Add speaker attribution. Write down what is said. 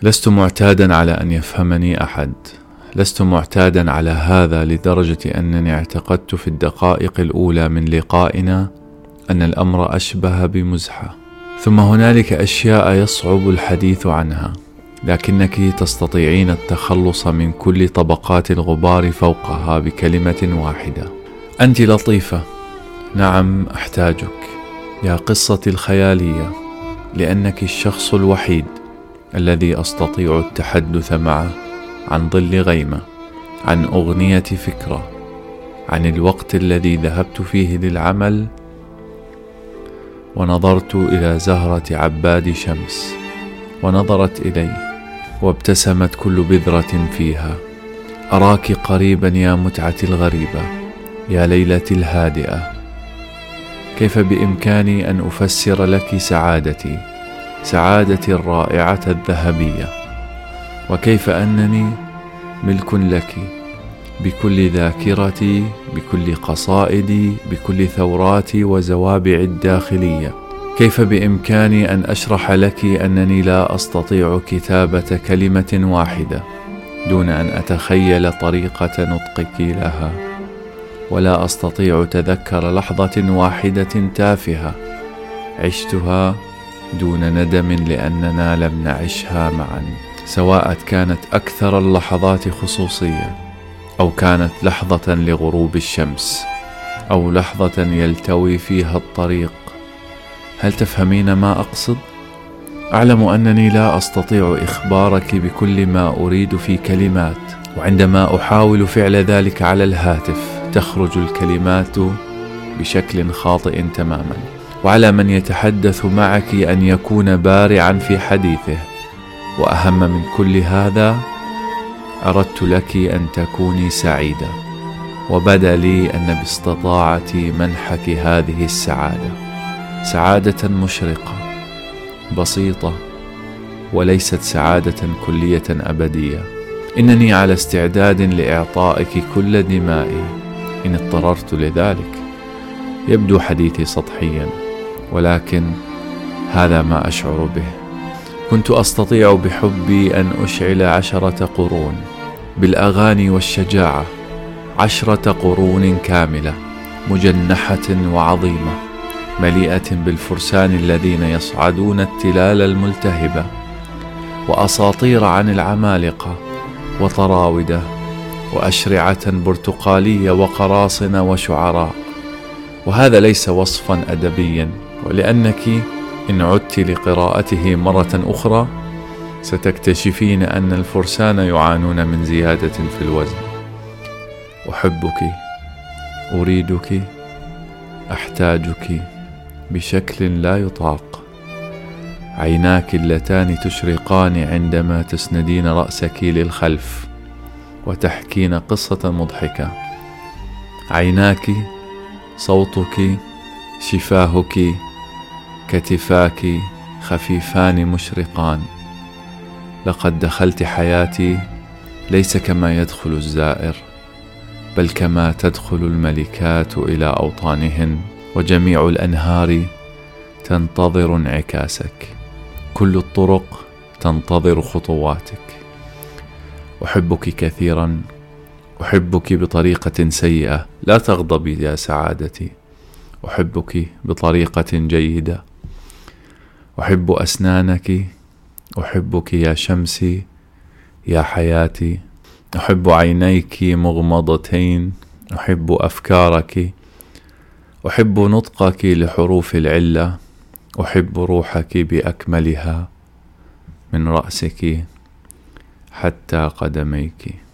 Speaker 1: لست معتادا على أن يفهمني أحد، لست معتادا على هذا لدرجة أنني اعتقدت في الدقائق الأولى من لقائنا أن الأمر أشبه بمزحة. ثم هنالك أشياء يصعب الحديث عنها، لكنك تستطيعين التخلص من كل طبقات الغبار فوقها بكلمة واحدة: أنت لطيفة. نعم، أحتاجك يا قصتي الخيالية، لأنك الشخص الوحيد الذي أستطيع التحدث معه عن ظل غيمة، عن أغنية فكرة، عن الوقت الذي ذهبت فيه للعمل ونظرت إلى زهرة عباد شمس، ونظرت إلي وابتسمت كل بذرة فيها. أراك قريبا يا متعتي الغريبة، يا ليلتي الهادئة. كيف بإمكاني أن أفسر لك سعادتي، سعادتي الرائعة الذهبية، وكيف أنني ملك لك بكل ذاكرتي، بكل قصائدي، بكل ثوراتي وزوابعي الداخلية. كيف بإمكاني أن أشرح لك أنني لا أستطيع كتابة كلمة واحدة دون أن أتخيل طريقة نطقك لها، ولا أستطيع تذكر لحظة واحدة تافهة عشتها دون ندم لأننا لم نعشها معا، سواء كانت أكثر اللحظات خصوصية، أو كانت لحظة لغروب الشمس، أو لحظة يلتوي فيها الطريق. هل تفهمين ما أقصد؟ أعلم أنني لا أستطيع إخبارك بكل ما أريد في كلمات، وعندما أحاول فعل ذلك على الهاتف تخرج الكلمات بشكل خاطئ تماما. وعلى من يتحدث معك أن يكون بارعا في حديثه. وأهم من كل هذا، أردت لك أن تكوني سعيدة، وبدا لي أن باستطاعتي منحك هذه السعادة، سعادة مشرقة بسيطة، وليست سعادة كلية أبدية. إنني على استعداد لإعطائك كل دمائي إن اضطررت لذلك. يبدو حديثي سطحيا، ولكن هذا ما أشعر به. كنت أستطيع بحبي أن أشعل 10 قرون بالأغاني والشجاعة، 10 قرون كاملة مجنحة وعظيمة، مليئة بالفرسان الذين يصعدون التلال الملتهبة، وأساطير عن العمالقة وطراودة وأشرعة برتقالية وقراصنة وشعراء. وهذا ليس وصفا أدبيا، ولأنك إن عدت لقراءته مرة أخرى ستكتشفين أن الفرسان يعانون من زيادة في الوزن. أحبك، أريدك، أحتاجك بشكل لا يطاق. عيناك اللتان تشرقان عندما تسندين رأسك للخلف وتحكين قصة مضحكة. عيناك، صوتك، شفاهك، كتفاك خفيفان مشرقان. لقد دخلت حياتي ليس كما يدخل الزائر، بل كما تدخل الملكات إلى أوطانهن، وجميع الأنهار تنتظر انعكاسك، كل الطرق تنتظر خطواتك. أحبك كثيرا، أحبك بطريقة سيئة، لا تغضبي يا سعادتي. أحبك بطريقة جيدة. أحب أسنانك، أحبك يا شمسي، يا حياتي. أحب عينيك مغمضتين، أحب أفكارك، أحب نطقك لحروف العلة، أحب روحك بأكملها من رأسك حتى قدميك.